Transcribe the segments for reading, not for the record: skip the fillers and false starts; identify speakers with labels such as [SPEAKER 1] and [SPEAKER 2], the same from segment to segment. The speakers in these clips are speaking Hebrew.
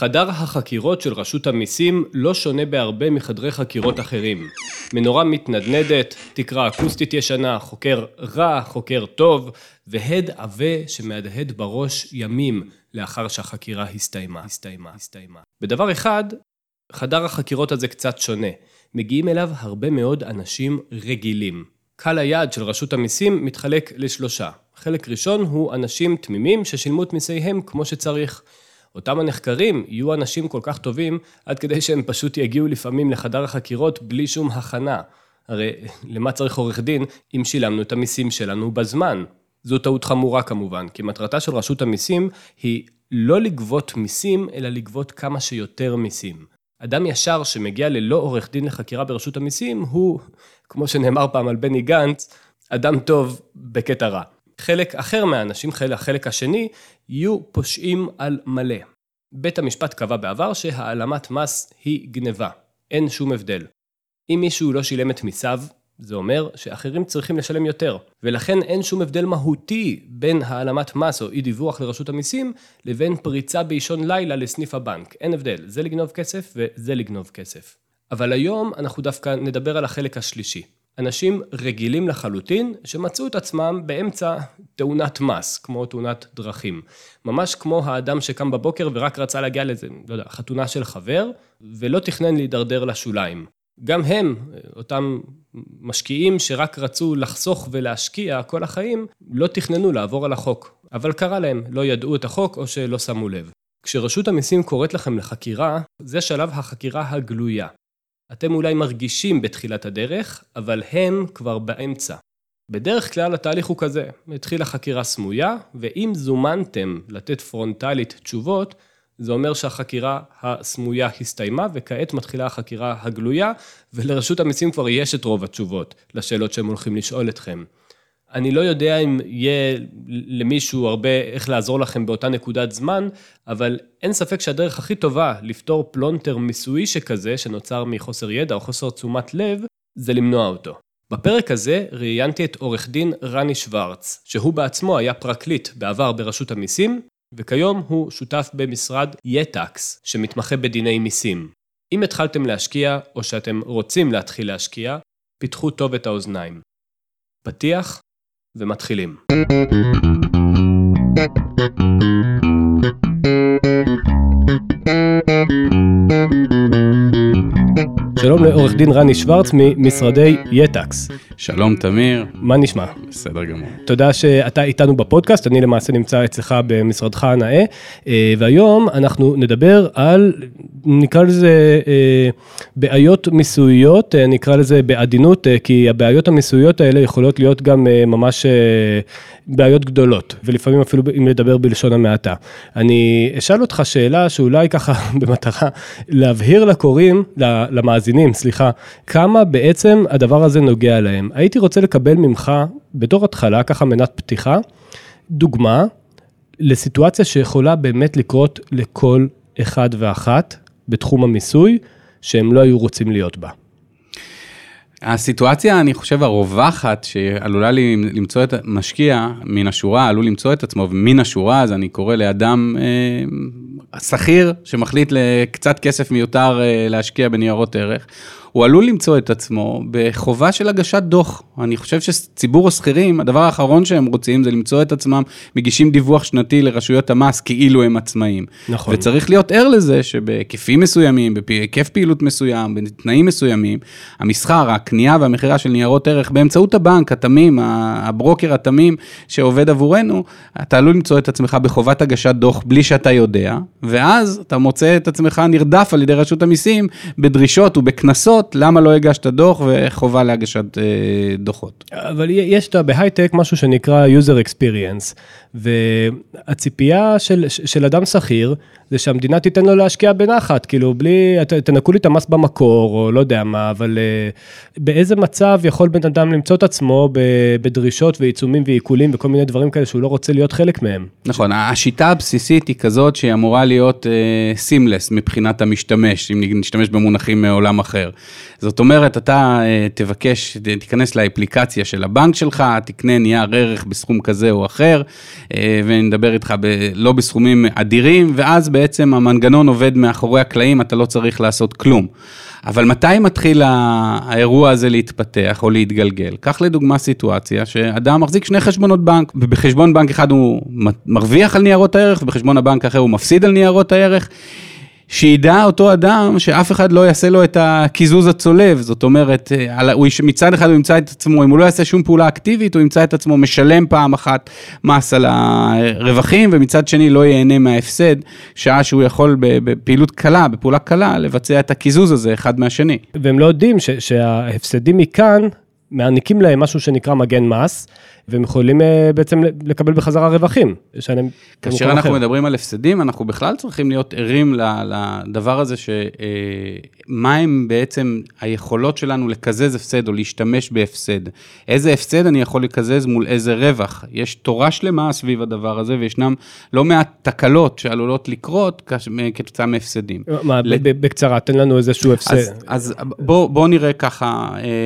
[SPEAKER 1] חדר החקירות של רשות המיסים לא שונה בהרבה מחדרי חקירות אחרים. מנורה מתנדנדת, תקרה אקוסטית ישנה, חוקר רע, חוקר טוב, והד עווה שמהדהד בראש ימים לאחר שהחקירה הסתיימה. בדבר אחד, חדר החקירות הזה קצת שונה. מגיעים אליו הרבה מאוד אנשים רגילים. קהל היעד של רשות המיסים מתחלק לשלושה. חלק ראשון הוא אנשים תמימים ששילמו את מיסיהם כמו שצריך. אותם הנחקרים יהיו אנשים כל כך טובים עד כדי שהם פשוט יגיעו לפעמים לחדר החקירות בלי שום הכנה. הרי למה צריך עורך דין אם שילמנו את המיסים שלנו בזמן? זו טעות חמורה כמובן, כי מטרתה של רשות המיסים היא לא לגבות מיסים אלא לגבות כמה שיותר מיסים. אדם ישר שמגיע ללא עורך דין לחקירה ברשות המיסים הוא, כמו שנאמר פעם על בני גנץ, אדם טוב בקטע רע. חלק אחר מהאנשים, החלק השני, יהיו פושעים על מלא. בית המשפט קבע בעבר שהעלמת מס היא גנבה. אין שום הבדל. אם מישהו לא שילם את מיסיו, זה אומר שאחרים צריכים לשלם יותר. ולכן אין שום הבדל מהותי בין העלמת מס או אי דיווח לרשות המיסים, לבין פריצה באישון לילה לסניף הבנק. אין הבדל. זה לגנוב כסף וזה לגנוב כסף. אבל היום אנחנו דווקא נדבר על החלק השלישי. אנשים רגילים לחלוטין שמצאו את עצמם באמצע תאונת מס, כמו תאונת דרכים. ממש כמו האדם שקם בבוקר ורק רצה להגיע לזה, חתונה של חבר, ולא תכנן להידרדר לשוליים. גם הם, אותם משקיעים שרק רצו לחסוך ולהשקיע כל החיים, לא תכננו לעבור על החוק. אבל קרה להם, לא ידעו את החוק או שלא שמו לב. כשרשות המיסים קוראת לכם לחקירה, זה שלב החקירה הגלויה. אתם אולי מרגישים בתחילת הדרך, אבל הם כבר באמצע. בדרך כלל התהליך הוא כזה, התחילה חקירה סמויה, ואם זומנתם לתת פרונטלית תשובות, זה אומר שהחקירה הסמויה הסתיימה, וכעת מתחילה החקירה הגלויה, ולרשות המיסים כבר יש את רוב התשובות לשאלות שהם הולכים לשאול אתכם. אני לא יודע אם יהיה למישהו הרבה איך לעזור לכם באותה נקודת זמן, אבל אין ספק שהדרך הכי טובה לפתור פלונטר מיסוי שכזה, שנוצר מחוסר ידע או חוסר תשומת לב, זה למנוע אותו. בפרק הזה ראיינתי את עורך דין רני שוורץ, שהוא בעצמו היה פרקליט בעבר ברשות המיסים, וכיום הוא שותף במשרד יטקס, שמתמחה בדיני מיסים. אם התחלתם להשקיע, או שאתם רוצים להתחיל להשקיע, פיתחו טוב את האוזניים. פתיח ומתחילים. שלום לעורך דין רני שוורץ ממשרדי יטקס.
[SPEAKER 2] שלום תמיר.
[SPEAKER 1] מה נשמע?
[SPEAKER 2] בסדר גמור.
[SPEAKER 1] תודה שאתה איתנו בפודקאסט, אני למעשה נמצא אצלך במשרדך הנאה, והיום אנחנו נדבר על, נקרא לזה בעיות מיסויות, נקרא לזה בעדינות, כי הבעיות המיסויות האלה יכולות להיות גם ממש בעיות גדולות, ולפעמים אפילו אם לדבר בלשון המעטה. אני אשאל אותך שאלה שאולי ככה במטרה להבהיר לקוראים, למאזינים, סליחה, כמה בעצם הדבר הזה נוגע להם. הייתי רוצה לקבל ממך, בתור התחלה, ככה מנת פתיחה, דוגמה לסיטואציה שיכולה באמת לקרות לכל אחד ואחת בתחום המיסוי, שהם לא היו רוצים להיות בה.
[SPEAKER 2] הסיטואציה, אני חושב, הרווחת, שעלולה למצוא את משקיע מן השורה, עלול למצוא את עצמו, ומן השורה, אז אני קורא לאדם שכיר, שמחליט לקצת כסף מיותר להשקיע בניירות ערך, הוא עלול למצוא את עצמו בחובה של הגשת דוח. אני חושב שציבור השכירים, הדבר האחרון שהם רוצים זה למצוא את עצמם, מגישים דיווח שנתי לרשויות המס, כאילו הם עצמאים.
[SPEAKER 1] נכון.
[SPEAKER 2] וצריך להיות ער לזה שבהיקפים מסוימים, בהיקף פעילות מסוים, בתנאים מסוימים, המסחר, הקנייה והמחירה של ניירות ערך, באמצעות הבנק, התמים, הברוקר התמים שעובד עבורנו, אתה עלול למצוא את עצמך בחובת הגשת דוח בלי שאתה יודע, ואז אתה מוצא את עצמך נרדף על ידי רשות המיסים, בדרישות ובכנסות, למה לא הגשת דוח וחובה להגשת דוחות.
[SPEAKER 1] אבל יש בהייטק משהו שנקרא user experience, והציפייה של אדם שכיר, זה שהמדינה תיתן לו להשקיע בנחת, כאילו בלי, תנקו לי את המס במקור, או לא יודע מה, אבל באיזה מצב יכול בן אדם למצוא את עצמו בדרישות ועיצומים ועיקולים וכל מיני דברים כאלה שהוא לא רוצה להיות חלק מהם?
[SPEAKER 2] נכון, השיטה הבסיסית היא כזאת שהיא אמורה להיות seamless מבחינת המשתמש, אם נשתמש במונחים מעולם אחר. זאת אומרת, אתה תבקש, תיכנס לאפליקציה של הבנק שלך, תקנה נייר ערך בסכום כזה או אחר, ונדבר איתך לא בסכומים אדירים, ואז בעצם המנגנון עובד מאחורי הקלעים, אתה לא צריך לעשות כלום. אבל מתי מתחיל האירוע הזה להתפתח או להתגלגל? כך לדוגמה סיטואציה שאדם מחזיק 2 חשבונות בנק, ובחשבון בנק אחד הוא מרוויח על ניירות הערך, ובחשבון הבנק האחר הוא מפסיד על ניירות הערך, שידע אותו אדם שאף אחד לא יעשה לו את הקיזוז הצולב, זאת אומרת, מצד אחד הוא ימצא את עצמו, אם הוא לא יעשה שום פעולה אקטיבית, הוא ימצא את עצמו משלם פעם אחת מס על הרווחים, ומצד שני לא ייהנה מההפסד, שעה שהוא יכול בפעילות קלה, בפעולה קלה, לבצע את הקיזוז הזה אחד מהשני.
[SPEAKER 1] והם לא יודעים שההפסדים מכאן, מעניקים להם משהו שנקרא מגן מס, והם יכולים בעצם לקבל בחזרה רווחים.
[SPEAKER 2] כאשר אנחנו מדברים על הפסדים, אנחנו בכלל צריכים להיות ערים לדבר הזה, שמה הם בעצם היכולות שלנו לקזז הפסד או להשתמש בהפסד. איזה הפסד אני יכול לקזז מול איזה רווח. יש תורה שלמה סביב הדבר הזה, וישנם לא מעט תקלות שעלולות לקרות כתוצאה מהפסדים.
[SPEAKER 1] בקצרה, תן לנו איזשהו הפסד.
[SPEAKER 2] אז בואו נראה ככה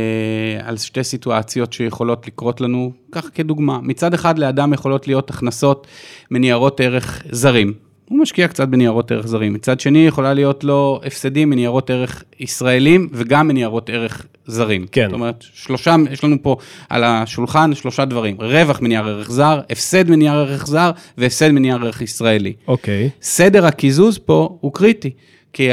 [SPEAKER 2] על 2 סיטואציות שיכולות לקרות לנו, כך כדוגמה. מצד אחד לאדם יכולות להיות הכנסות מניירות ערך זרים. הוא משקיע קצת בניירות ערך זרים. מצד שני יכולה להיות לו הפסדים מניירות ערך ישראלים וגם מניירות ערך זרים.
[SPEAKER 1] כן.
[SPEAKER 2] זאת אומרת, יש לנו פה על השולחן 3 דברים. רווח מנייר ערך זר, הפסד מנייר ערך זר והפסד מנייר ערך ישראלי.
[SPEAKER 1] אוקיי.
[SPEAKER 2] סדר הקיזוז פה הוא קריטי. כי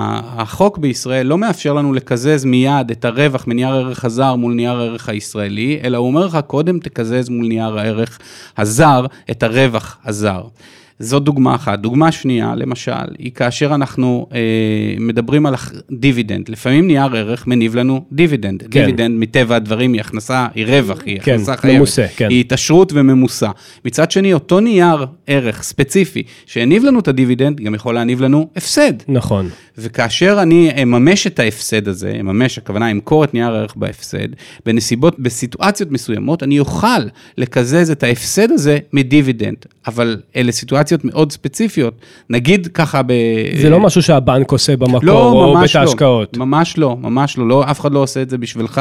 [SPEAKER 2] החוק בישראל לא מאפשר לנו לקזז מיד את הרווח מנייר הערך הזר מול נייר הערך הישראלי, אלא הוא אומר לך, קודם תקזז מול נייר הערך הזר את הרווח הזר. זו דוגמה אחת. דוגמה שנייה, למשל, היא כאשר אנחנו מדברים על דיבידנד. לפעמים נייר ערך מניב לנו דיבידנד. כן. דיבידנד מטבע הדברים היא הכנסה, היא רווח, היא
[SPEAKER 1] כן,
[SPEAKER 2] הכנסה חייבת.
[SPEAKER 1] ממוסה, כן.
[SPEAKER 2] היא התעשרות וממוסה. מצד שני, אותו נייר ערך ספציפי שהניב לנו את הדיבידנד, גם יכול להניב לנו הפסד.
[SPEAKER 1] נכון.
[SPEAKER 2] וכאשר אני אממש את ההפסד הזה, הכוונה, אמכור את נייר הערך בהפסד, בסיטואציות מסוימות, אני אוכל לקזז את ההפסד הזה מדיבידנד. אבל אלה סיטואציות מאוד ספציפיות, נגיד ככה
[SPEAKER 1] זה לא משהו שהבנק עושה במקור, או בית ההשקעות.
[SPEAKER 2] ממש לא, ממש לא, אף אחד לא עושה את זה בשבילך,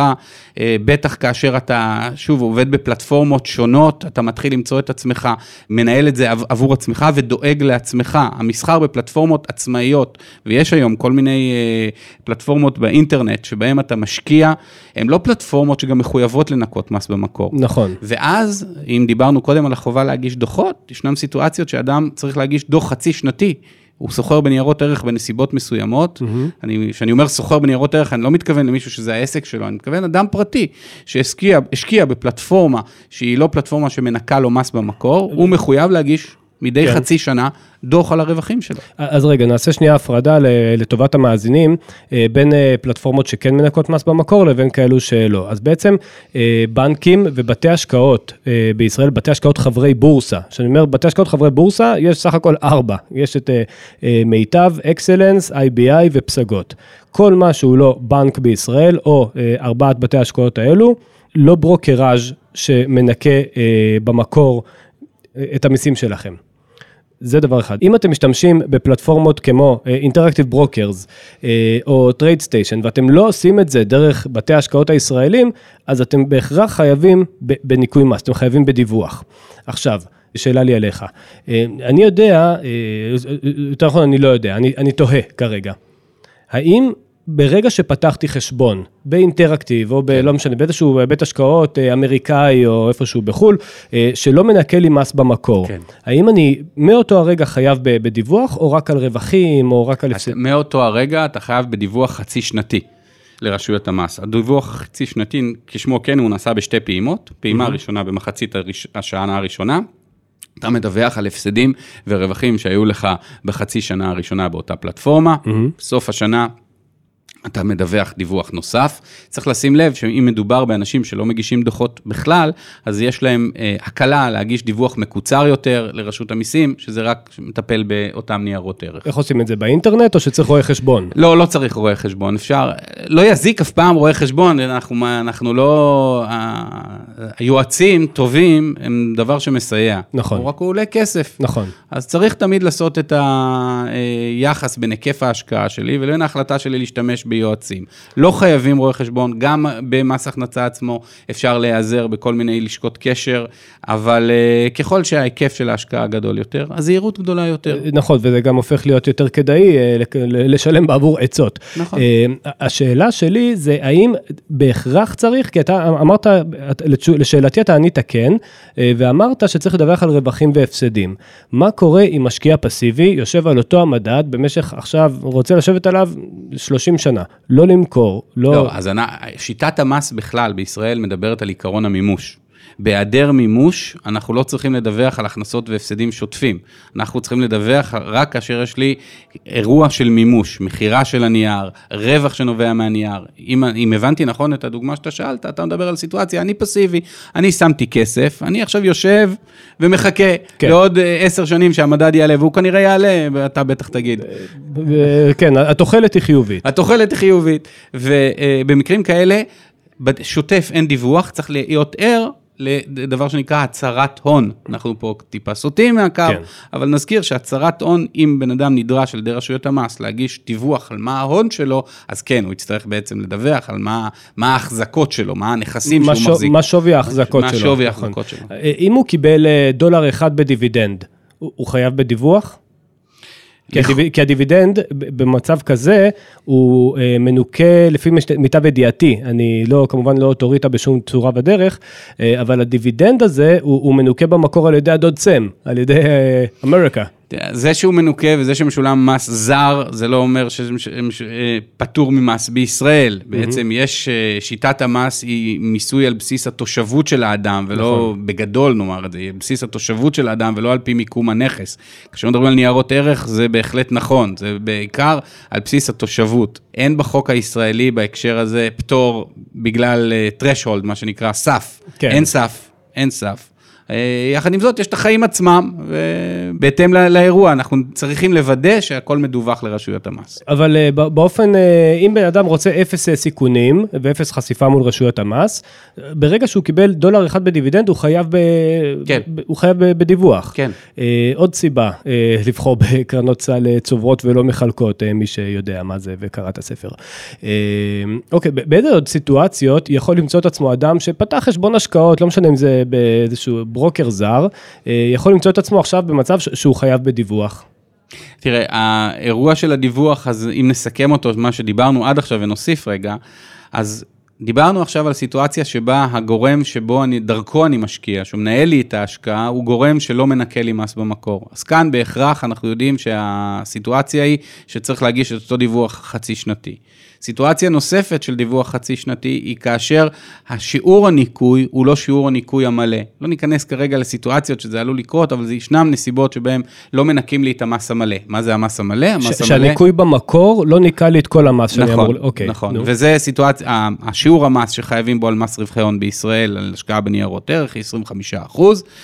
[SPEAKER 2] בטח כאשר אתה, שוב, עובד בפלטפורמות שונות, אתה מתחיל למצוא את עצמך, מנהל את זה עבור עצמך, ודואג לעצמך, המסחר בפלטפורמות עצמאיות, ויש היום כל מיני פלטפורמות באינטרנט, שבהם אתה משקיע, הן לא פלטפורמות שגם מחויבות לנקות מס במקור.
[SPEAKER 1] נכון.
[SPEAKER 2] ואז, אם דיברנו קודם על החובה להגיש דוחות, ישנם סיטואציות שאדם צריך להגיש דוח חצי שנתי, הוא סוחר בניירות ערך בנסיבות מסוימות, כשאני אומר סוחר בניירות ערך, אני לא מתכוון למישהו שזה העסק שלו, אני מתכוון אדם פרטי, שהשקיע בפלטפורמה, שהיא לא פלטפורמה שמנקה לו מס במקור, הוא מחויב להגיש מדי חצי שנה דוח על הרווחים שלו.
[SPEAKER 1] אז רגע, נעשה שנייה הפרדה לטובת המאזינים, בין פלטפורמות שכן מנקות מס במקור, לבין כאלו שלא. אז בעצם בנקים ובתי השקעות בישראל, בתי השקעות חברי בורסה. כשאני אומר בתי השקעות חברי בורסה, יש סך הכל 4. יש את מיטב, אקסלנס, IBI ופסגות. כל מה שהוא לא בנק בישראל, או 4 בתי השקעות האלו, לא ברוקראז' שמנקה במקור את המיסים שלכם. זה דבר אחד. אם אתם משתמשים בפלטפורמות כמו Interactive Brokers או Trade Station, ואתם לא עושים את זה דרך בתי ההשקעות הישראלים, אז אתם בהכרח חייבים בניקוי מס, אתם חייבים בדיווח. עכשיו, שאלה לי עליך. אני יודע, יותר נכון אני לא יודע, אני תוהה כרגע. האם ברגע שפתחתי חשבון באינטראקטיב, או לא משנה, באיזשהו בית השקעות אמריקאי, או איפשהו בחול, שלא מנקה לי מס במקור. כן. האם אני מאותו הרגע חייב בדיווח, או רק על רווחים, או רק על...
[SPEAKER 2] מאותו הרגע אתה חייב בדיווח חצי שנתי לרשויות המס. הדיווח החצי שנתי, כשמו כן, הוא נעשה ב2 פעימות, פעימה ראשונה במחצית השנה הראשונה, אתה מדווח על הפסדים ורווחים שהיו לך בחצי שנה הראשונה באותה פלטפורמה, סוף השנה אתה מדווח דיווח נוסף, צריך לשים לב שאם מדובר באנשים שלא מגישים דוחות בכלל, אז יש להם הקלה להגיש דיווח מקוצר יותר לרשות המיסים, שזה רק מטפל באותם ניירות ערך.
[SPEAKER 1] איך עושים את זה באינטרנט או שצריך רואה חשבון?
[SPEAKER 2] לא, לא צריך רואה חשבון, אפשר, לא יזיק אף פעם רואה חשבון, אנחנו לא, היועצים טובים הם דבר שמסייע.
[SPEAKER 1] נכון.
[SPEAKER 2] הוא רק עולה כסף.
[SPEAKER 1] נכון.
[SPEAKER 2] אז צריך תמיד לעשות את היחס בין היקף ההשקעה שלי, ולבין ההחלטה שלי להשתמש ביועצים. לא חייבים רואה חשבון, גם במס הכנסה עצמו אפשר להיעזר בכל מיני לשכות קשר, אבל ככל שההיקף של ההשקעה גדול יותר, הזהירות גדולה יותר.
[SPEAKER 1] נכון, וזה גם הופך להיות יותר כדאי לשלם בעבור עצות.
[SPEAKER 2] נכון.
[SPEAKER 1] השאלה שלי זה, האם בהכרח צריך, כי אתה אמרת, לשאלתי אתה ענית כן, ואמרת שצריך לדווח על רווחים והפסדים. מה קורה אם משקיע פסיבי יושב על אותו המדד במשך עכשיו, רוצה לשבת עליו 30 שנה, לא למכור,
[SPEAKER 2] לא, אז שיטת המס בכלל בישראל מדברת על עיקרון המימוש. בהיעדר מימוש, אנחנו לא צריכים לדווח על הכנסות והפסדים שוטפים. אנחנו צריכים לדווח רק כאשר יש לי אירוע של מימוש, מחירה של הנייר, רווח שנובע מהנייר. אם הבנתי נכון את הדוגמה שאתה שאלת, אתה מדבר על סיטואציה, אני פסיבי, אני שמתי כסף, אני עכשיו יושב ומחכה לעוד 10 שנים שהמדד יעלה, והוא כנראה יעלה, ואתה בטח תגיד.
[SPEAKER 1] כן, התוחלת היא חיובית.
[SPEAKER 2] התוחלת היא חיובית, ובמקרים כאלה, שוטף אין דיווח, צריך להיות ער, לדבר שנקרא הצהרת הון. אנחנו פה טיפה סוטים מהקו, אבל נזכיר שהצהרת הון, אם בן אדם נדרש על ידי רשויות המס להגיש דיווח על מה ההון שלו, אז כן, הוא יצטרך בעצם לדווח על מה ההחזקות שלו, מה הנכסים שהוא מחזיק.
[SPEAKER 1] מה שווי ההחזקות שלו.
[SPEAKER 2] מה שווי ההחזקות שלו.
[SPEAKER 1] אם הוא קיבל $1 בדיבידנד, הוא חייב בדיווח? כי הדיבידנד במצב כזה הוא מנוקה לפי מיטב ידיעתי, אני כמובן לא אוטוריטה בשום צורה בדרך, אבל הדיבידנד הזה הוא מנוקה במקור על ידי הדוד סם, על ידי אמריקה.
[SPEAKER 2] זה שהוא מנוקה וזה שמשולם מס זר, זה לא אומר שפטור ממס בישראל. בעצם יש, שיטת המס היא מיסוי על בסיס התושבות של האדם, ולא בגדול נאמר את זה, בסיס התושבות של האדם, ולא על פי מיקום הנכס. כשמדברים על ניירות ערך, זה בהחלט נכון, זה בעיקר על בסיס התושבות. אין בחוק הישראלי בהקשר הזה פטור בגלל threshold, מה שנקרא סף. אין סף, אין סף. יחד עם זאת, יש את החיים עצמם, ובהתאם לאירוע, אנחנו צריכים לוודא שהכל מדווח לרשויות המס.
[SPEAKER 1] אבל באופן, אם בן אדם רוצה 0 סיכונים, ו0 חשיפה מול רשויות המס, ברגע שהוא קיבל $1 בדיבידנד, הוא חייב בדיווח.
[SPEAKER 2] כן.
[SPEAKER 1] עוד סיבה, לבחור בקרנות סל צוברות ולא מחלקות, מי שיודע מה זה וקרא את הספר. אוקיי, באיזה עוד סיטואציות יכול למצוא את עצמו אדם שפתח חשבון השקעות, לא משנה אם זה באיזשהו ברוקר זר, יכול למצוא את עצמו עכשיו במצב שהוא חייב בדיווח.
[SPEAKER 2] תראה, האירוע של הדיווח, אז אם נסכם אותו, מה שדיברנו עד עכשיו ונוסיף רגע, אז דיברנו עכשיו על סיטואציה שבה הגורם שבו דרכו אני משקיע, שהוא מנהל לי את ההשקעה, הוא גורם שלא מנקה לי מס במקור. אז כאן בהכרח אנחנו יודעים שהסיטואציה היא שצריך להגיש את אותו דיווח חצי שנתי. סיטואציה נוספת של דיווח חצי שנתי היא כאשר השיעור הניקוי הוא לא שיעור הניקוי המלא. לא ניכנס כרגע לסיטואציות שזה עלול לקרות, אבל זה ישנם נסיבות שבהם לא מנקים לי את המס המלא. מה זה המס המלא?
[SPEAKER 1] שהניקוי במקור לא ניקה לי את כל המס.
[SPEAKER 2] נכון, נכון. וזה סיטואציה, השיעור המס שחייבים בו על מס רווחי הון בישראל, על השקעה בניירות ערך, היא 25%,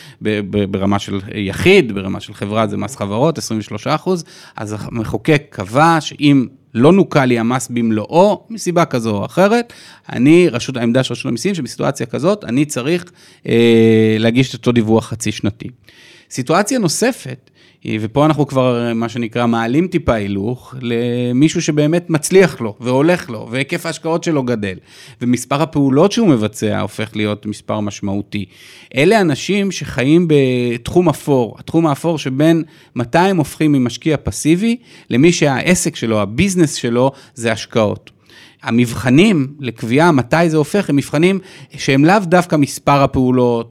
[SPEAKER 2] ברמה של יחיד, ברמה של חברה זה מס חברות, 23%, אז המחוקק קבע שאם לא נוקה לי המס במלואו, מסיבה כזו או אחרת, העמדה של רשות המיסים, שבסיטואציה כזאת, אני צריך להגיש את אותו דיווח חצי שנתי. סיטואציה נוספת, ופה אנחנו כבר, מה שנקרא, מעלים טיפה הילוך, למישהו שבאמת מצליח לו, והולך לו, והיקף ההשקעות שלו גדל, ומספר הפעולות שהוא מבצע, הופך להיות מספר משמעותי. אלה אנשים שחיים בתחום אפור, התחום האפור שבין מתי הם הופכים ממשקיע פסיבי, למי שהעסק שלו, הביזנס שלו, זה השקעות. המבחנים לקביעה מתי זה הופך, הם מבחנים שהם לאו דווקא מספר הפעולות,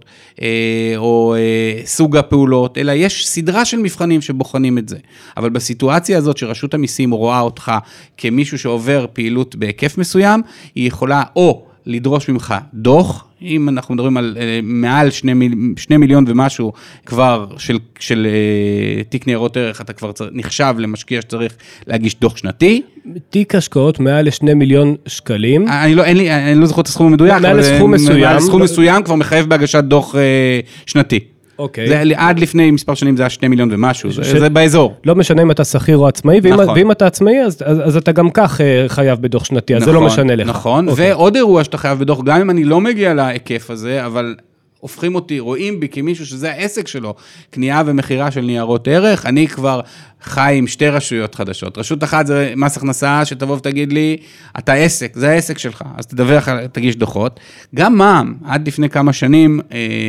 [SPEAKER 2] או סוג הפעולות, אלא יש סדרה של מבחנים שבוחנים את זה. אבל בסיטואציה הזאת שרשות המיסים רואה אותך כמישהו שעובר פעילות בהיקף מסוים, היא יכולה או לדרוש ממך דוח, אם אנחנו מדברים על מעל 2 מיליון ומשהו כבר של תיק ניירות ערך, אתה כבר נחשב למשקיע שצריך להגיש דוח שנתי.
[SPEAKER 1] תיק השקעות מעל 2 מיליון שקלים.
[SPEAKER 2] אני לא זוכר את הסכום המדויק,
[SPEAKER 1] מעל
[SPEAKER 2] סכום מסוים כבר מחייב בהגשת דוח שנתי.
[SPEAKER 1] אוקיי.
[SPEAKER 2] עד לפני מספר שנים זה היה 2 מיליון ומשהו, זה באזור.
[SPEAKER 1] לא משנה אם אתה שכיר או עצמאי, ואם אתה עצמאי, אז אתה גם כך חייב בדוח שנתי, אז זה לא משנה לך.
[SPEAKER 2] נכון, ועוד אירוע שאתה חייב בדוח, גם אם אני לא מגיע להיקף הזה, אבל הופכים אותי, רואים בי כמישהו שזה העסק שלו, קנייה ומחירה של ניירות ערך, אני כבר חי עם שתי רשויות חדשות. רשות אחת זה מס הכנסה שתבוא ותגיד לי, אתה עסק, זה העסק שלך, אז תדווח, תגיש דוחות. גם מע"מ, עד לפני כמה שנים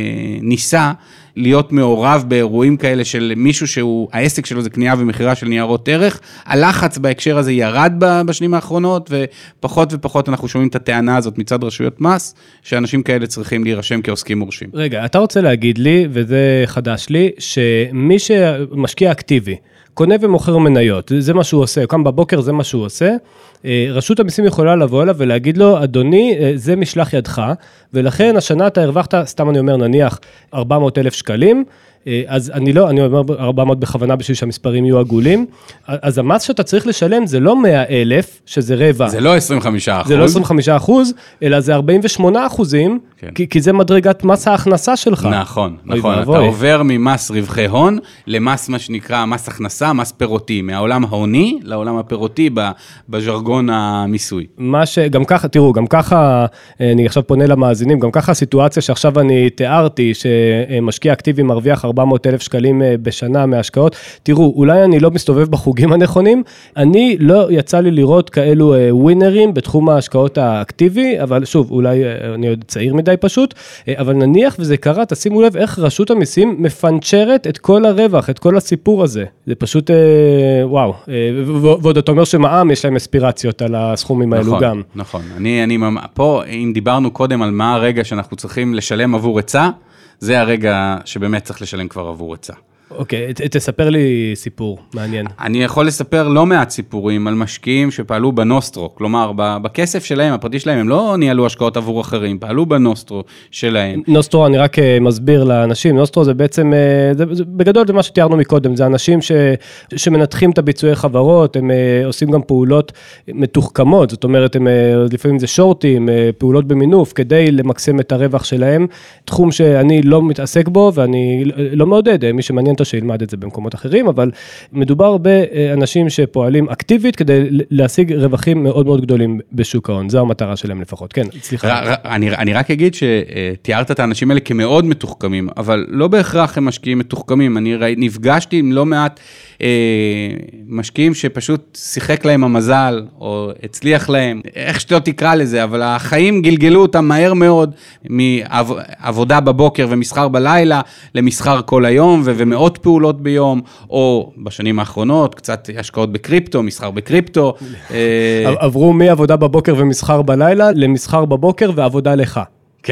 [SPEAKER 2] ניסה להיות מעורב באירועים כאלה של מישהו שהוא, העסק שלו זה קנייה ומחירה של ניירות ערך, הלחץ בהקשר הזה ירד בשנים האחרונות, ופחות ופחות אנחנו שומעים את הטענה הזאת מצד רשויות מס, שאנשים כאלה צריכים להירשם כעוסקים מורשים.
[SPEAKER 1] רגע, אתה רוצה להגיד לי, וזה חדש לי, שמי שמשקיע אקטיבי, קונה ומוכר מניות, זה מה שהוא עושה, קם בבוקר זה מה שהוא עושה, רשות המיסים יכולה לבוא אליו ולהגיד לו, אדוני, זה משלח ידך, ולכן השנה אתה הרווחת, סתם אני אומר, נניח 400,000 שקלים, אז אני אומר 400 בכוונה בשביל שהמספרים יהיו עגולים, אז המס שאתה צריך לשלם זה לא 100,000, שזה רבע.
[SPEAKER 2] זה לא 25%.
[SPEAKER 1] זה לא 25%, אלא זה 48%, כן. כי זה מדרגת מס ההכנסה שלך.
[SPEAKER 2] נכון, נכון. אתה עובר ממס רווחי הון, למס מה שנקרא מס הכנסה, מס פירותי, מהעולם ההוני לעולם הפירותי בז'רגון המיסוי.
[SPEAKER 1] מה שגם ככה, תראו, גם ככה, אני עכשיו פונה למאזינים, גם ככה הסיטואציה שעכשיו אני תיארתי, שמשקיע אקטיבי מרוויח 400,000 שקלים בשנה מהשקעות, תראו, אולי אני לא מסתובב בחוגים הנכונים, אני לא יצא לי לראות כאלו ווינרים בתחום ההשקעות האקטיבי, אבל שוב, אולי אני עוד צעיר מדי פשוט, אבל נניח וזה קרה, תשימו לב איך רשות המיסים מפנצ'רת את כל הרווח, את כל הסיפור הזה. זה פשוט, וואו, ועוד אתה אומר שמע"מ יש להם אספירציות על הסכומים האלו גם.
[SPEAKER 2] נכון, פה, אם דיברנו קודם על מה הרגע שאנחנו צריכים לשלם עבור היצע, זה הרגע שבאמת צריך לשלם כבר עבור היצע.
[SPEAKER 1] אוקיי, תספר לי סיפור מעניין.
[SPEAKER 2] אני יכול לספר לא מעט סיפורים על משקיעים שפעלו בנוסטרו, כלומר, בכסף שלהם, הפרטי שלהם, הם לא ניהלו השקעות עבור אחרים, פעלו בנוסטרו שלהם.
[SPEAKER 1] נוסטרו, אני רק מסביר לאנשים, נוסטרו זה בעצם, בגדול זה מה שתיארנו מקודם, זה אנשים שמנתחים את הביצועי חברות, הם עושים גם פעולות מתוחכמות, זאת אומרת, לפעמים זה שורטים, פעולות במינוף, כדי למקסם את הרווח שלהם, תחום שאני לא מתעסק בו, ואני לא מעודד, מי שמעניין שילמד את זה במקומות אחרים, אבל מדובר באנשים שפועלים אקטיבית כדי להשיג רווחים מאוד מאוד גדולים בשוק ההון. זו המטרה שלהם לפחות. כן, סליחה.
[SPEAKER 2] אני רק אגיד שתיארת את האנשים האלה כמאוד מתוחכמים, אבל לא בהכרח הם משקיעים מתוחכמים. אני נפגשתי עם לא מעט משקיעים שפשוט שיחק להם המזל, או הצליח להם, איך שאתה תקרא לזה, אבל החיים גלגלו אותם מהר מאוד, מעבודה בבוקר ומסחר בלילה, למסחר כל היום, ומאות פעולות ביום, או בשנים האחרונות, קצת השקעות בקריפטו, מסחר בקריפטו.
[SPEAKER 1] עברו מעבודה בבוקר ומסחר בלילה, למסחר בבוקר ועבודה לך.
[SPEAKER 2] כן.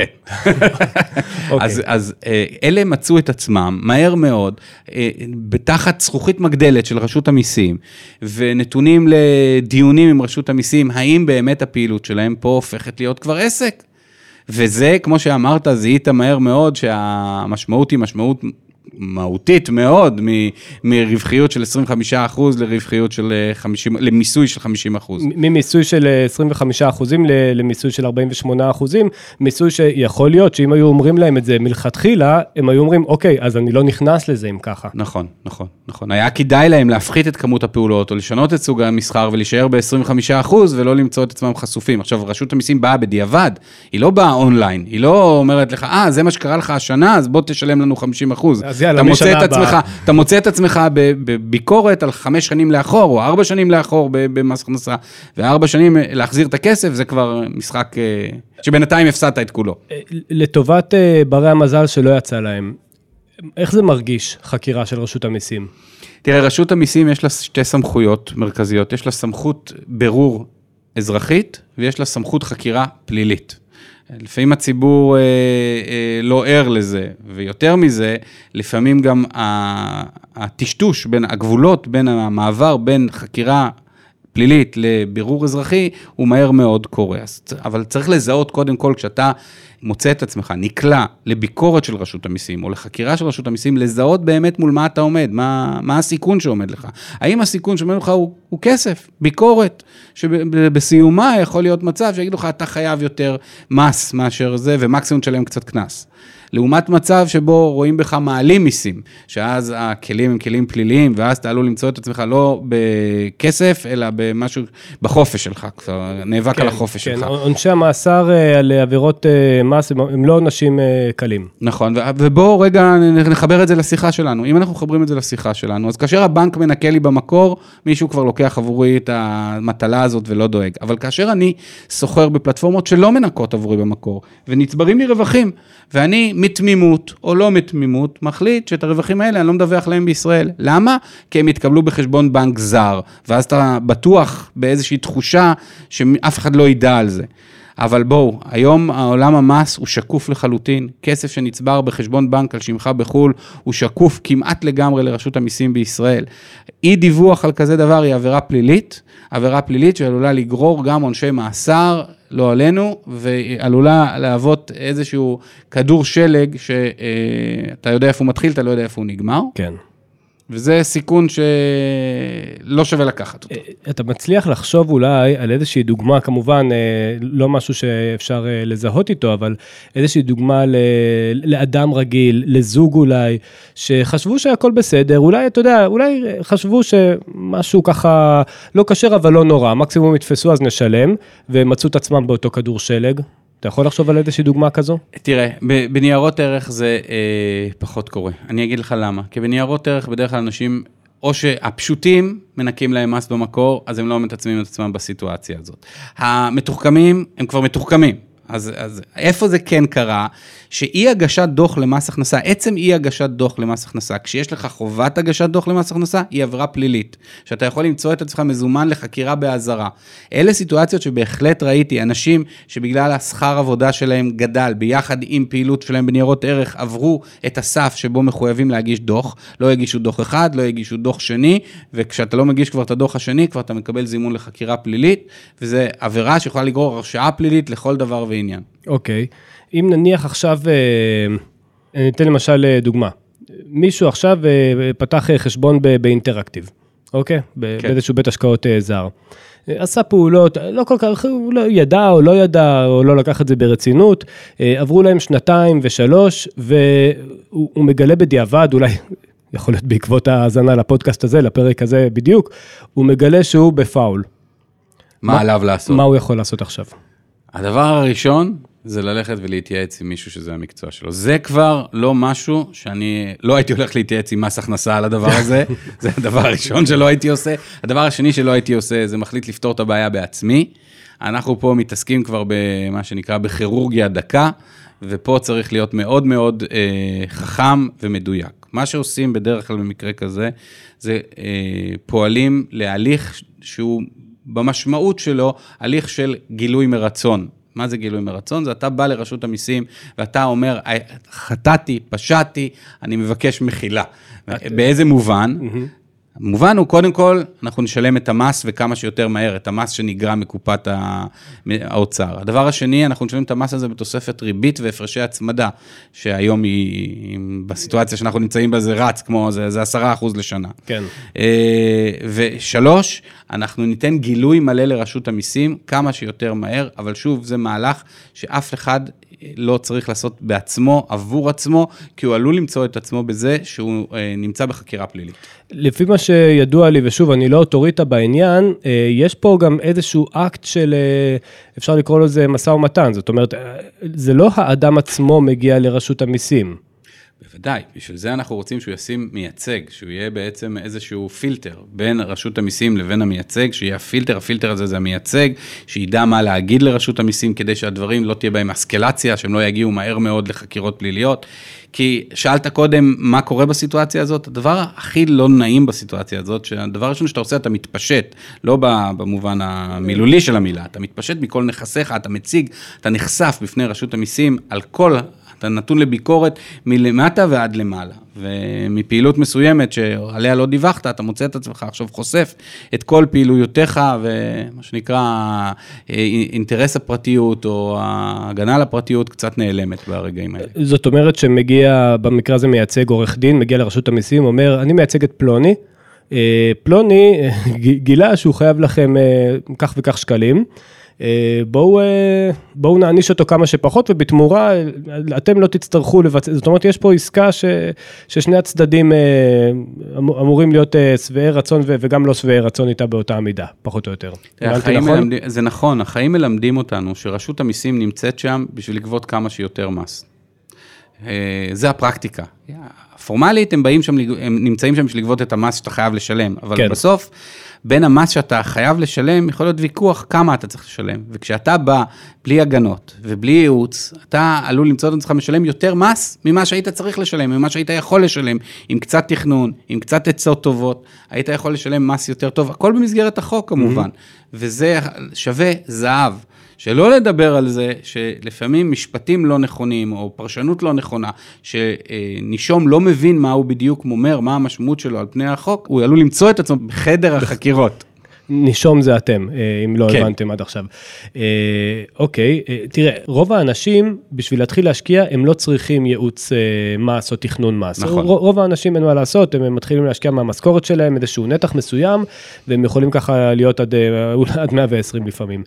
[SPEAKER 2] אז אלה מצאו את עצמם מהר מאוד, בתחת זכוכית מגדלת של רשות המיסים, ונתונים לדיונים עם רשות המיסים, האם באמת הפעילות שלהם פה הופכת להיות כבר עסק. וזה, כמו שאמרת, זיהית מהר מאוד, שהמשמעות היא משמעות מהותית מאוד, מרווחיות של 25% לרווחיות של 50%, למיסוי של 50%.
[SPEAKER 1] ממיסוי של 25% למיסוי של 48%, מיסוי שיכול להיות שאם היו אומרים להם את זה מלכתחילה, הם היו אומרים, אוקיי, אז אני לא נכנס לזה אם ככה.
[SPEAKER 2] נכון, נכון, נכון. היה כדאי להם להפחית את כמות הפעולות, או לשנות את סוג המסחר, ולהישאר ב-25%, ולא למצוא את עצמם חשופים. עכשיו, רשות המיסים באה בדיעבד, היא לא באה אונליין, היא לא אומרת לך, זה מה שקרה לך השנה, אז בוא תשלם לנו 50%. אתה מוצא את עצמך בביקורת על 5 שנים לאחור, או 4 שנים לאחור במס הכנסה, ו4 שנים להחזיר את הכסף, זה כבר משחק שבינתיים הפסדת את כולו.
[SPEAKER 1] לטובת ברי המזל שלא יצא להם, איך זה מרגיש חקירה של רשות המיסים?
[SPEAKER 2] תראה, רשות המיסים יש לה 2 סמכויות מרכזיות, יש לה סמכות ברור אזרחית, ויש לה סמכות חקירה פלילית. לפעמים הציבור לא ער לזה, ויותר מזה, לפעמים גם הטשטוש בין הגבולות, בין המעבר, בין חקירה פלילית לבירור אזרחי, הוא מהר מאוד קורה. אבל צריך לזהות קודם כל, כשאתה מוצא את עצמך, נקלע לביקורת של רשות המיסים, או לחקירה של רשות המיסים, לזהות באמת מול מה אתה עומד, מה הסיכון שעומד לך. האם הסיכון שעומד לך הוא כסף, ביקורת, שבסיומה יכול להיות מצב שיגידו לך, אתה חייב יותר מס מאשר זה, ומקסימום שלהם קצת כנס. לעומת מצב שבו רואים בך מעלים מיסים, שאז הכלים הם כלים פליליים, ואז אתה עלול למצוא את עצמך לא בכסף, אלא במשהו, בחופש שלך, נאבק על החופש שלך.
[SPEAKER 1] עונשי המאסר על עבירות מס, הם לא עונשים קלים.
[SPEAKER 2] נכון, ובואו רגע נחבר את זה לשיחה שלנו. אם אנחנו מחברים את זה לשיחה שלנו, אז כאשר הבנק מנקה לי במקור, מישהו כבר לוקח עבורי את המטלה הזאת ולא דואג. אבל כאשר אני סוחר בפלטפורמות שלא מנקות עבורי במקור, ונצברים לי רווחים, ואני מתמימות או לא מתמימות, מחליט שאת הרווחים האלה אני לא מדווח להם בישראל. למה? כי הם יתקבלו בחשבון בנק זר, ואז אתה בטוח באיזושהי תחושה שאף אחד לא ידע על זה. אבל בואו, היום העולם המס הוא שקוף לחלוטין, כסף שנצבר בחשבון בנק על שמך בחול, הוא שקוף כמעט לגמרי לרשות המיסים בישראל. אי דיווח על כזה דבר היא עבירה פלילית שעלולה לגרור גם עונשי מאסר, לא עלינו, ועלולה להוות איזשהו כדור שלג, שאתה יודע איפה הוא מתחיל, אתה לא יודע איפה הוא נגמר.
[SPEAKER 1] כן.
[SPEAKER 2] וזה סיכון שלא שווה לקחת אותו.
[SPEAKER 1] אתה מצליח לחשוב אולי על איזושהי דוגמה, כמובן, לא משהו שאפשר לזהות איתו, אבל איזושהי דוגמה לאדם רגיל, לזוג אולי, שחשבו שהכל בסדר, אולי, אתה יודע, אולי חשבו שמשהו ככה לא קשר, אבל לא נורא, מקסימום יתפסו אז נשלם, ומצאו את עצמם באותו כדור שלג. אתה יכול לחשוב על איזושהי דוגמה כזו?
[SPEAKER 2] תראה, בניירות ערך זה פחות קורה. אני אגיד לך למה. כי בניירות ערך בדרך כלל אנשים, או שהפשוטים מנקים להם מס במקור, אז הם לא מתעצמים את עצמם בסיטואציה הזאת. המתוחכמים הם כבר מתוחכמים. אז איפה זה כן קרה? שאי הגשת דוח למס הכנסה, עצם אי הגשת דוח למס הכנסה, כשיש לך חובת הגשת דוח למס הכנסה, היא עבירה פלילית, שאתה יכול למצוא את עצמך מזומן לחקירה באזהרה. אלה סיטואציות שבהחלט ראיתי, אנשים שבגלל השכר עבודה שלהם גדל, ביחד עם פעילות שלהם בניירות ערך, עברו את הסף שבו מחויבים להגיש דוח, לא הגישו דוח אחד, לא הגישו דוח שני, וכשאתה לא מגיש כבר את הדוח השני, כבר אתה מקבל זימון לחקירה פלילית, וזה עבירה שיכולה לגרור הרשעה פלילית לכל דבר ועניין.
[SPEAKER 1] אוקיי. אם נניח עכשיו, ניתן למשל דוגמה, מישהו עכשיו פתח חשבון באינטראקטיב, אוקיי? באיזשהו בית השקעות זר. עשה פעולות, לא כל כך, הוא לא ידע או לא ידע, או לא לקח את זה ברצינות, עברו להם 2 ו3, והוא מגלה בדיעבד, אולי יכול להיות בעקבות ההאזנה לפודקאסט הזה, לפרק הזה בדיוק, הוא מגלה שהוא בפאול.
[SPEAKER 2] מה עליו לעשות?
[SPEAKER 1] מה הוא יכול לעשות עכשיו?
[SPEAKER 2] הדבר הראשון זה ללכת ולהתייעץ עם מישהו שזה המקצוע שלו. זה כבר לא משהו שאני לא הייתי הולך להתייעץ עם מס הכנסה על הדבר הזה, זה הדבר הראשון שלא הייתי עושה. הדבר השני שלא הייתי עושה זה מחליט לפתור את הבעיה בעצמי. אנחנו פה מתעסקים כבר במה שנקרא בכירורגיה דקה, ופה צריך להיות מאוד מאוד חכם ומדויק. מה שעושים בדרך כלל במקרה כזה, זה פועלים להליך שהוא במשמעות שלו, הליך של גילוי מרצון. מה זה גילוי מרצון? זה אתה בא לרשות המיסים, ואתה אומר, חטאתי, פשעתי, אני מבקש מחילה. באיזה מובן? המובן הוא, קודם כל, אנחנו נשלם את המס וכמה שיותר מהר, את המס שנגרם מקופת האוצר. הדבר השני, אנחנו נשלם את המס הזה בתוספת ריבית והפרשי הצמדה, שהיום היא, בסיטואציה שאנחנו נמצאים בה, זה רץ, כמו זה 10% לשנה.
[SPEAKER 1] כן.
[SPEAKER 2] ושלוש, אנחנו ניתן גילוי מלא לרשות המיסים, כמה שיותר מהר, אבל שוב, זה מהלך שאף אחד לא צריך לעשות בעצמו, עבור עצמו, כי הוא עלול למצוא את עצמו בזה שהוא נמצא בחקירה פלילית. לפי
[SPEAKER 1] מה שידוע לי, ושוב, אני לא אוטוריטה בעניין, יש פה גם איזשהו אקט של, אפשר לקרוא לזה משא ומתן, זאת אומרת, זה לא האדם עצמו מגיע לרשות המיסים.
[SPEAKER 2] בוודאי, בשביל זה אנחנו רוצים שהוא ישים מייצג, שהוא יהיה בעצם איזשהו פילטר בין רשות המיסים לבין המייצג, שיהיה הפילטר הזה זה המייצג, שידע מה להגיד לרשות המיסים, כדי שהדברים לא תהיה בהם אסקלציה, שהם לא יגיעו מהר מאוד לחקירות פליליות, כי שאלת קודם מה קורה בסיטואציה הזאת, הדבר הכי לא נעים בסיטואציה הזאת, שהדבר הראשון שאתה עושה, אתה מתפשט, לא במובן המילולי של המילה, אתה מתפשט מכל נכסיך, אתה מציג, אתה נחשף בפני רשות המיסים על כל אתה נתון לביקורת מלמטה ועד למעלה, ומפעילות מסוימת שעליה לא דיווחת, אתה מוצא את עצמך עכשיו חושף את כל פעילויותיך, ומה שנקרא אינטרס הפרטיות, או ההגנה על הפרטיות, קצת נעלמת ברגעים האלה. זאת
[SPEAKER 1] אומרת שמגיע, במקרה הזה מייצג עורך דין, מגיע לרשות המיסים, אומר, אני מייצג את פלוני, פלוני גילה שהוא חייב לכם כך וכך שקלים, בואו נעניש אותו כמה שפחות, ובתמורה אתם לא תצטרכו לבצע, זאת אומרת, יש פה עסקה ששני הצדדים אמורים להיות שבעי רצון, וגם לא שבעי רצון איתה באותה המידה, פחות או יותר.
[SPEAKER 2] זה נכון, החיים מלמדים אותנו שרשות המיסים נמצאת שם בשביל לגבות כמה שיותר מס. זה הפרקטיקה. פורמלית הם נמצאים שם בשביל לגבות את המס שאתה חייב לשלם, אבל בסוף, בין המס שאתה חייב לשלם, יכול להיות ויכוח כמה אתה צריך לשלם, וכשאתה בא בלי הגנות ובלי ייעוץ, אתה עלול למצוא את עצמך משלם יותר מס ממה שהיית צריך לשלם, ממה שהיית יכול לשלם, עם קצת תכנון, עם קצת עצות טובות, היית יכול לשלם מס יותר טוב, הכל במסגרת החוק כמובן, וזה שווה זהב. שלא לדבר על זה שלפעמים משפטים לא נכונים, או פרשנות לא נכונה, שנישום לא מבין מה הוא בדיוק אומר, מה המשמעות שלו על פני החוק, הוא עלול למצוא את עצמו בחדר החקירות.
[SPEAKER 1] נישום זה אתם, אם לא הבנתם עד עכשיו. אוקיי, תראה, רוב האנשים, בשביל להתחיל להשקיע, הם לא צריכים ייעוץ מס או תכנון מס. נכון. רוב האנשים אין מה לעשות, הם מתחילים להשקיע מהמשכורת שלהם, איזשהו נתח מסוים, והם יכולים ככה להיות עד 120 לפעמים.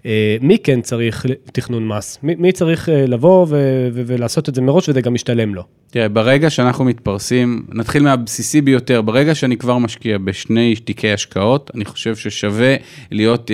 [SPEAKER 1] מי כן צריך תכנון מס? מי צריך לבוא ולעשות את זה מראש, וזה גם משתלם לו?
[SPEAKER 2] תראה, ברגע שאנחנו מתפרסים, נתחיל מהבסיסי ביותר, ברגע שאני כבר משקיע בשני תיקי השקעות, אני חושב ששווה להיות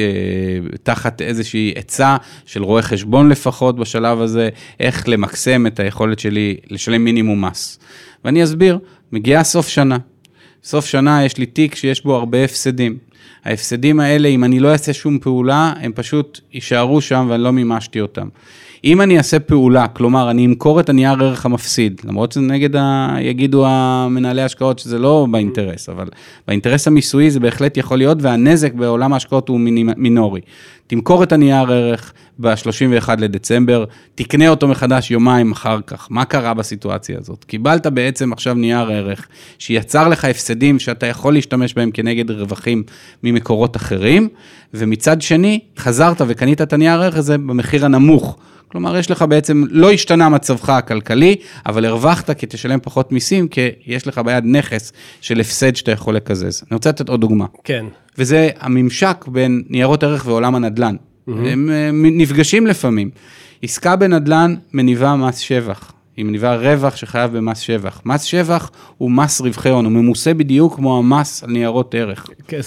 [SPEAKER 2] תחת איזושהי עצה של רואה חשבון לפחות בשלב הזה, איך למקסם את היכולת שלי לשלם מינימום מס. ואני אסביר, מגיעה סוף שנה. סוף שנה יש לי תיק שיש בו הרבה הפסדים. ההפסדים האלה, אם אני לא אעשה שום פעולה, הם פשוט יישארו שם ואני לא מימשתי אותם. אם אני אעשה פעולה, כלומר, אני אמכור את הנייר ערך המפסיד, למרות שנגד יגידו המנהלי ההשקעות שזה לא באינטרס, אבל באינטרס המיסוי זה בהחלט יכול להיות, והנזק בעולם ההשקעות הוא מינורי. תמכור את הנייר ערך ב-31 לדצמבר, תקנה אותו מחדש יומיים אחר כך. מה קרה בסיטואציה הזאת? קיבלת בעצם עכשיו נייר ערך, שיצר לך הפסדים שאתה יכול להשתמש בהם כנגד רווחים ממקורות אחרים, ומצד שני, חזרת וקנית את הנייר ערך הזה במחיר הנמוך. כלומר, יש לך בעצם, לא השתנה מצבך הכלכלי, אבל הרווחת כי תשלם פחות מיסים, כי יש לך ביד נכס של הפסד שאתה יכול לקזז. אני רוצה לתת עוד דוגמה.
[SPEAKER 1] כן.
[SPEAKER 2] וזה הממשק בין ניירות ערך ועולם הנדל"ן. הם נפגשים לפעמים. עסקה בנדל"ן מניבה מס שבח. היא מניבה רווח שחייב במס שבח. מס שבח הוא מס רווחי הון, הוא ממוסה בדיוק כמו המס על ניירות ערך.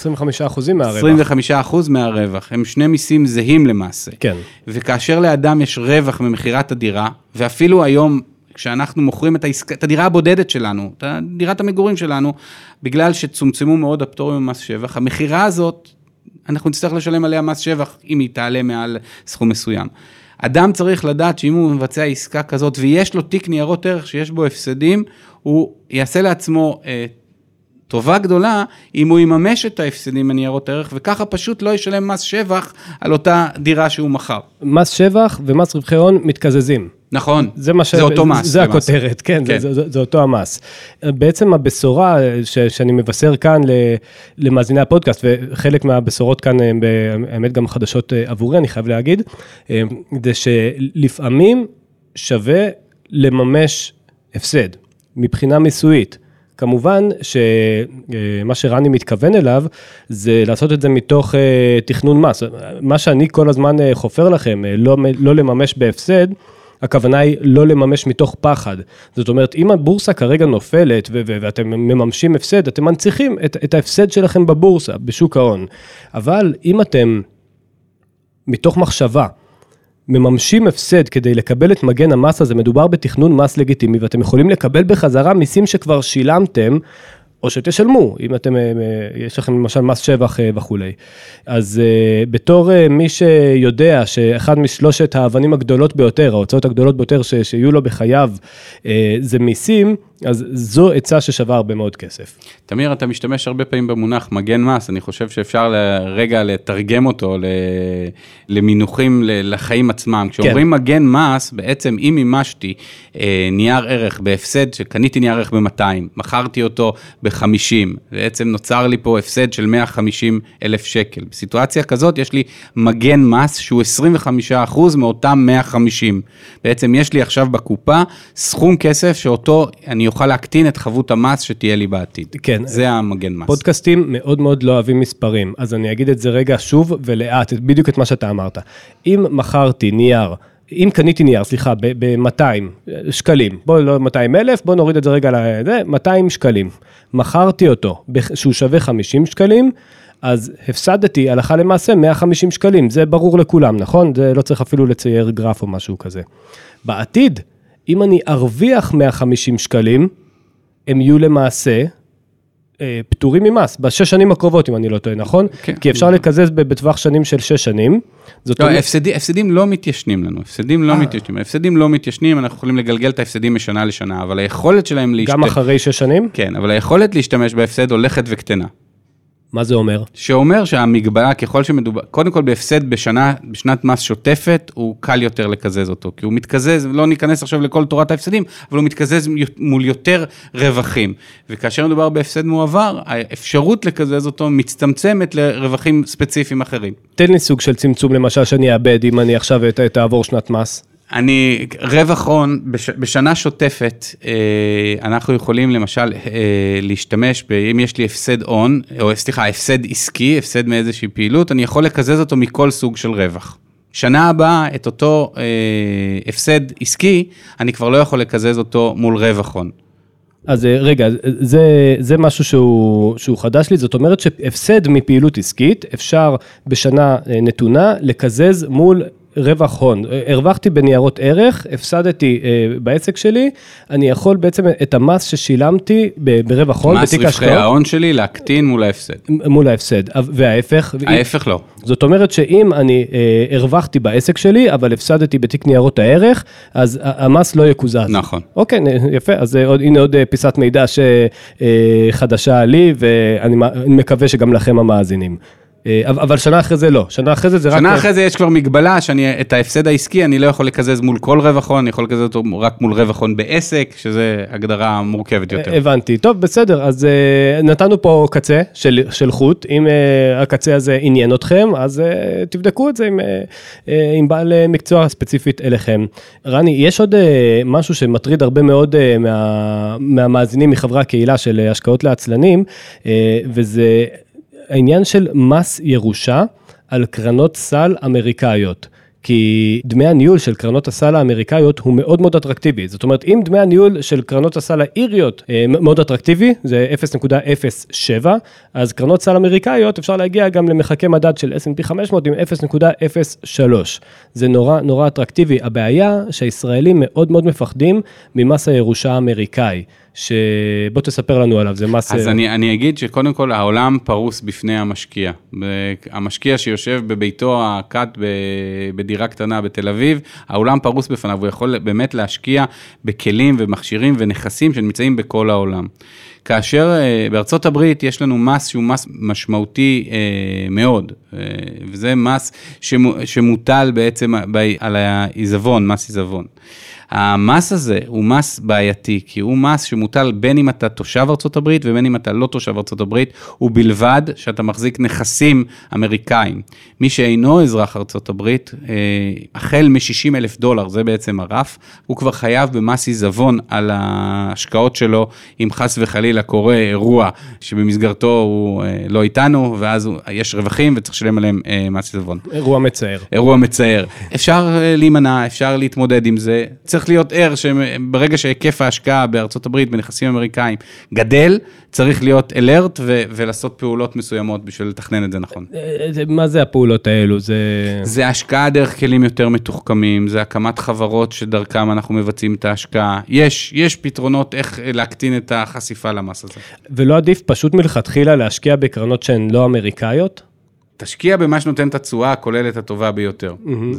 [SPEAKER 1] כ-25% מהרווח.
[SPEAKER 2] 25% מהרווח. הם שני מיסים זהים למעשה.
[SPEAKER 1] כן.
[SPEAKER 2] וכאשר לאדם יש רווח ממחירת הדירה, ואפילו היום כשאנחנו מוכרים את הדירה הבודדת שלנו, את דירת המגורים שלנו, בגלל שצומצמו מאוד הפטורים ממס שבח, המחירה הזאת, אנחנו נצטרך לשלם עליה מס שבח, אם היא תעלה מעל סכום מסוים. אדם צריך לדעת שאם הוא מבצע עסקה כזאת, ויש לו תיק ניירות ערך שיש בו הפסדים, הוא יעשה לעצמו טובה גדולה, אם הוא יממש את ההפסדים מניירות ערך, וככה פשוט לא ישלם מס שבח על אותה דירה שהוא מכר.
[SPEAKER 1] מס שבח ומס רווחי הון מתקזזים.
[SPEAKER 2] נכון, זה אותו מס.
[SPEAKER 1] זה הכותרת, כן, זה אותו המס. בעצם הבשורה שאני מבשר כאן למאזיני הפודקאסט, וחלק מהבשורות כאן הם באמת גם חדשות עבורי, אני חייב להגיד, זה שלפעמים שווה לממש הפסד, מבחינה מיסויית. כמובן שמה שרני מתכוון אליו, זה לעשות את זה מתוך תכנון מס. מה שאני כל הזמן חופר לכם, לא לממש בהפסד, הכוונה היא לא לממש מתוך פחד. זאת אומרת, אם הבורסה כרגע נופלת, ואתם מממשים הפסד, אתם מנציחים את ההפסד שלכם בבורסה, בשוק ההון. אבל אם אתם מתוך מחשבה, מממשים הפסד כדי לקבל את מגן המס הזה, מדובר בתכנון מס לגיטימי, ואתם יכולים לקבל בחזרה מיסים שכבר שילמתם, או שתשלמו, אם אתם, יש לכם למשל מס שבח וכולי. אז בתור מי שיודע שאחד משלושת האבנים הגדולות ביותר, ההוצאות הגדולות ביותר שיהיו לו בחייו, זה מיסים, אז זו עצה ששווה הרבה מאוד כסף.
[SPEAKER 2] תמיר, אתה משתמש הרבה פעמים במונח מגן מס, אני חושב שאפשר רגע לתרגם אותו למינוחים לחיים עצמם. כשאומרים מגן מס, בעצם אם מימשתי נייר ערך בהפסד, שקניתי נייר ערך ב-200, מכרתי אותו ב-50, בעצם נוצר לי פה הפסד של 150,000 שקל. בסיטואציה כזאת יש לי מגן מס שהוא 25% מאותם 150. בעצם יש לי עכשיו בקופה סכום כסף שאותו אני אוכל להקטין את חבות המס שתהיה לי בעתיד.
[SPEAKER 1] כן.
[SPEAKER 2] זה המגן מס.
[SPEAKER 1] פודקאסטים מאוד מאוד לא אוהבים מספרים, אז אני אגיד את זה רגע שוב ולאט, בדיוק את מה שאתה אמרת. אם מכרתי נייר, אם קניתי נייר, סליחה, ב-200 שקלים, בוא לא 200,000, בוא נוריד את זה רגע לזה, 200 שקלים. מכרתי אותו, שהוא שווה 50 שקלים, אז הפסדתי הלכה למעשה 150 שקלים, זה ברור לכולם, נכון? זה לא צריך אפילו לצייר גרף או משהו כזה. בעתיד, אם אני ארוויח 150 שקלים, הם יהיו למעשה פטורים ממס, בשש שנים הקרובות, אם אני לא טועה, נכון?
[SPEAKER 2] כן.
[SPEAKER 1] כי אפשר לקזז בטווח שנים של 6 שנים.
[SPEAKER 2] לא, הפסדים לא מתיישנים לנו, הפסדים לא מתיישנים, אנחנו יכולים לגלגל את ההפסדים משנה לשנה, אבל היכולת שלהם
[SPEAKER 1] גם אחרי 6 שנים?
[SPEAKER 2] כן, אבל היכולת להשתמש בהפסד הולכת וקטנה.
[SPEAKER 1] מה זה אומר?
[SPEAKER 2] שאומר שהמגבלה, ככל שמדובר, קודם כל בהפסד בשנת מס שוטפת, הוא קל יותר לקזז אותו, כי הוא מתקזז, לא ניכנס עכשיו לכל תורת ההפסדים, אבל הוא מתקזז מול יותר רווחים. וכאשר מדובר בהפסד מועבר, האפשרות לקזז אותו מצטמצמת לרווחים ספציפיים אחרים.
[SPEAKER 1] תן לי סוג של צמצום למשל שאני אאבד, אם אני עכשיו תעבור שנת מס.
[SPEAKER 2] רווח הון, בשנה שוטפת, אנחנו יכולים למשל להשתמש, אם יש לי הפסד הון, או סליחה, הפסד עסקי, הפסד מאיזושהי פעילות, אני יכול לקזז אותו מכל סוג של רווח. שנה הבאה, את אותו הפסד עסקי, אני כבר לא יכול לקזז אותו מול רווח הון.
[SPEAKER 1] אז רגע, זה משהו שהוא חדש לי, זאת אומרת שהפסד מפעילות עסקית, אפשר בשנה נתונה לקזז מול רווח הון. הרווחתי בניירות ערך, הפסדתי בעסק שלי, אני יכול בעצם את המס ששילמתי ברווח הון,
[SPEAKER 2] מס רווחי ההון שלי להקטין מול ההפסד.
[SPEAKER 1] מול ההפסד, וההפך?
[SPEAKER 2] ההפך לא.
[SPEAKER 1] זאת אומרת שאם אני הרווחתי בעסק שלי, אבל הפסדתי בתיק ניירות הערך, אז המס לא יקוזז.
[SPEAKER 2] נכון.
[SPEAKER 1] אוקיי, יפה, אז הנה עוד פיסת מידע שחדשה לי, ואני מקווה שגם לכם המאזינים. אבל שנה אחרי זה לא, שנה אחרי זה רק...
[SPEAKER 2] שנה אחרי זה יש כבר מגבלה, שאת ההפסד העסקי אני לא יכול לקזז מול כל רווח הון, אני יכול לקזז אותו רק מול רווח הון בעסק, שזה הגדרה מורכבת יותר. הבנתי,
[SPEAKER 1] טוב, בסדר, אז נתנו פה קצה של חוט, אם הקצה הזה עניין אתכם, אז תבדקו את זה עם בעל מקצוע ספציפית אליכם. רני, יש עוד משהו שמטריד הרבה מאוד מהמאזינים מחברי הקהילה של השקעות לעצלנים, וזה... העניין של מס ירושה על קרנות סל אמריקאיות, כי דמי הניהול של קרנות הסל האמריקאיות הוא מאוד מאוד אטרקטיבי, זאת אומרת, אם דמי הניהול של קרנות הסל האיריות מאוד אטרקטיבי, זה 0.07, אז קרנות סל אמריקאיות אפשר להגיע גם למחקי מדד של S&P 500 עם 0.03, זה נורא נורא אטרקטיבי, הבעיה שהישראלים מאוד מאוד מפחדים ממס הירושה האמריקאי, שבוא תספר לנו עליו, זה מס...
[SPEAKER 2] אז אני אגיד שקודם כל העולם פרוס בפני המשקיע. המשקיע שיושב בביתו הקט בדירה קטנה בתל אביב, העולם פרוס בפניו, הוא יכול באמת להשקיע בכלים ומכשירים ונכסים שנמצאים בכל העולם. כאשר בארצות הברית יש לנו מס שהוא מס משמעותי מאוד, וזה מס שמוטל בעצם על העיזבון, מס עיזבון. המס הזה הוא מס בעייתי, כי הוא מס שמוטל בין אם אתה תושב ארצות הברית, ובין אם אתה לא תושב ארצות הברית, ובלבד שאתה מחזיק נכסים אמריקאים. מי שאינו אזרח ארצות הברית, החל $60,000, זה בעצם הרף, הוא כבר חייב במס עיזבון על ההשקעות שלו, אם חס וחלילה קורה אירוע שבמסגרתו הוא לא איתנו, ואז יש רווחים וצריך לשלם עליהם מס עיזבון.
[SPEAKER 1] אירוע מצער.
[SPEAKER 2] אירוע מצער. אפשר להימנע, אפשר להתמודד עם זה, צריך להיות ער שברגע שהיקף ההשקעה בארצות הברית, בנכסים אמריקאים, גדל, צריך להיות אלרט ולעשות פעולות מסוימות בשביל לתכנן את זה נכון.
[SPEAKER 1] מה זה הפעולות האלו?
[SPEAKER 2] זה השקעה דרך כלים יותר מתוחכמים, זה הקמת חברות שדרכם אנחנו מבצעים את ההשקעה. יש פתרונות איך להקטין את החשיפה למס הזה.
[SPEAKER 1] ולא עדיף פשוט מלכתחילה להשקיע בקרנות שהן לא אמריקאיות?
[SPEAKER 2] תשקיע במה שנותן את התשואה הכוללת הטובה ביותר.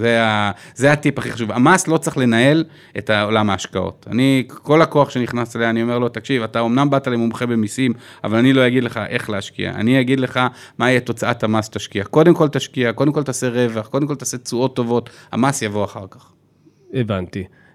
[SPEAKER 2] זה הטיפ הכי חשוב. המס לא צריך לנהל את העולם ההשקעות. כל הכוח שנכנס אליה, אני אומר לו, תקשיב, אתה אומנם באת למומחה במיסים, אבל אני לא אגיד לך איך להשקיע. אני אגיד לך מה יהיה תוצאת המס תשקיע. קודם כל תשקיע, קודם כל תעשה רווח, קודם כל תעשה תשואות טובות, המס יבוא אחר כך.
[SPEAKER 1] הבנתי.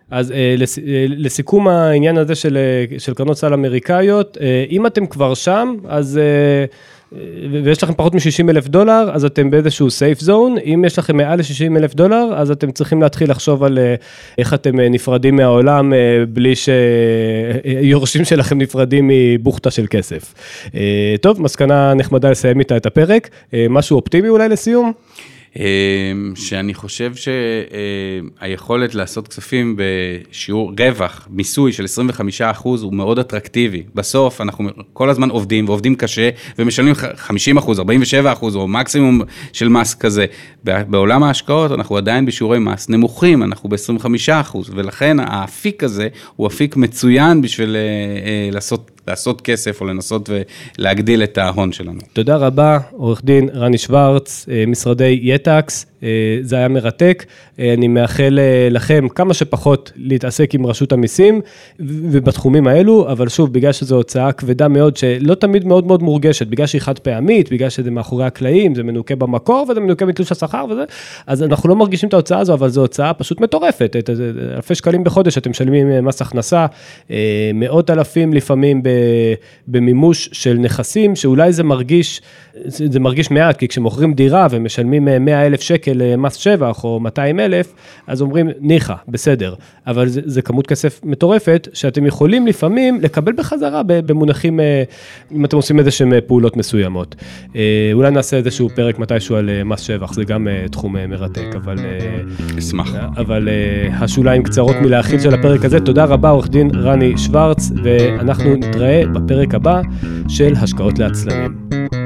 [SPEAKER 1] אז לסיכום העניין הזה של קרנות סל אמריקאיות, אם אתם כבר שם, אז ויש לכם פחות $60,000, אז אתם באיזשהו safe zone, אם יש לכם מעל $60,000, אז אתם צריכים להתחיל לחשוב על איך אתם נפרדים מהעולם, בלי שיורשים שלכם נפרדים מבוכתה של כסף. טוב, מסקנה נחמדה לסיים איתה את הפרק, משהו אופטימי אולי לסיום?
[SPEAKER 2] שאני חושב שהיכולת לעשות כספים בשיעור רווח, מיסוי של 25% הוא מאוד אטרקטיבי. בסוף אנחנו כל הזמן עובדים ועובדים קשה ומשלמים 50%, 47% או מקסימום של מס כזה. בעולם ההשקעות אנחנו עדיין בשיעורי מס נמוכים, אנחנו ב-25%, ולכן האפיק הזה הוא אפיק מצוין בשביל לעשות כסף או לנסות ולהגדיל את ההון שלנו.
[SPEAKER 1] תודה רבה, עורך דין רני שוורץ, משרדי יטקס, זה היה מרתק, אני מאחל לכם כמה שפחות להתעסק עם רשות המיסים ובתחומים האלו, אבל שוב, בגלל שזו הוצאה כבדה מאוד, שלא תמיד מאוד מאוד מורגשת, בגלל שהיא חד פעמית, בגלל שזה מאחורי הקלעים, זה מנוקה במקור וזה מנוקה מתלוש השכר וזה, אז אנחנו לא מרגישים את ההוצאה הזו, אבל זו הוצאה פשוט מטורפת, אלפי שקלים בחודש, אתם משלמים מס הכנסה, מאות אלפים לפעמים במימוש של נכסים, שאולי זה מרגיש מעט, כי כשמוכרים דירה ומשלמים 100,000 שקל מס שבח או 200,000, אז אומרים, ניחה, בסדר. אבל זה כמות כסף מטורפת, שאתם יכולים לפעמים לקבל בחזרה במונחים, אם אתם עושים איזשהם פעולות מסוימות. אולי נעשה איזשהו פרק מתישהו על מס שבח, זה גם תחום מרתק, אבל...
[SPEAKER 2] אשמח.
[SPEAKER 1] אבל השוליים קצרות מלהכיל של הפרק הזה. תודה רבה, עורך דין רני שוורץ, ואנחנו נתראה בפרק הבא של השקעות לעצלנים.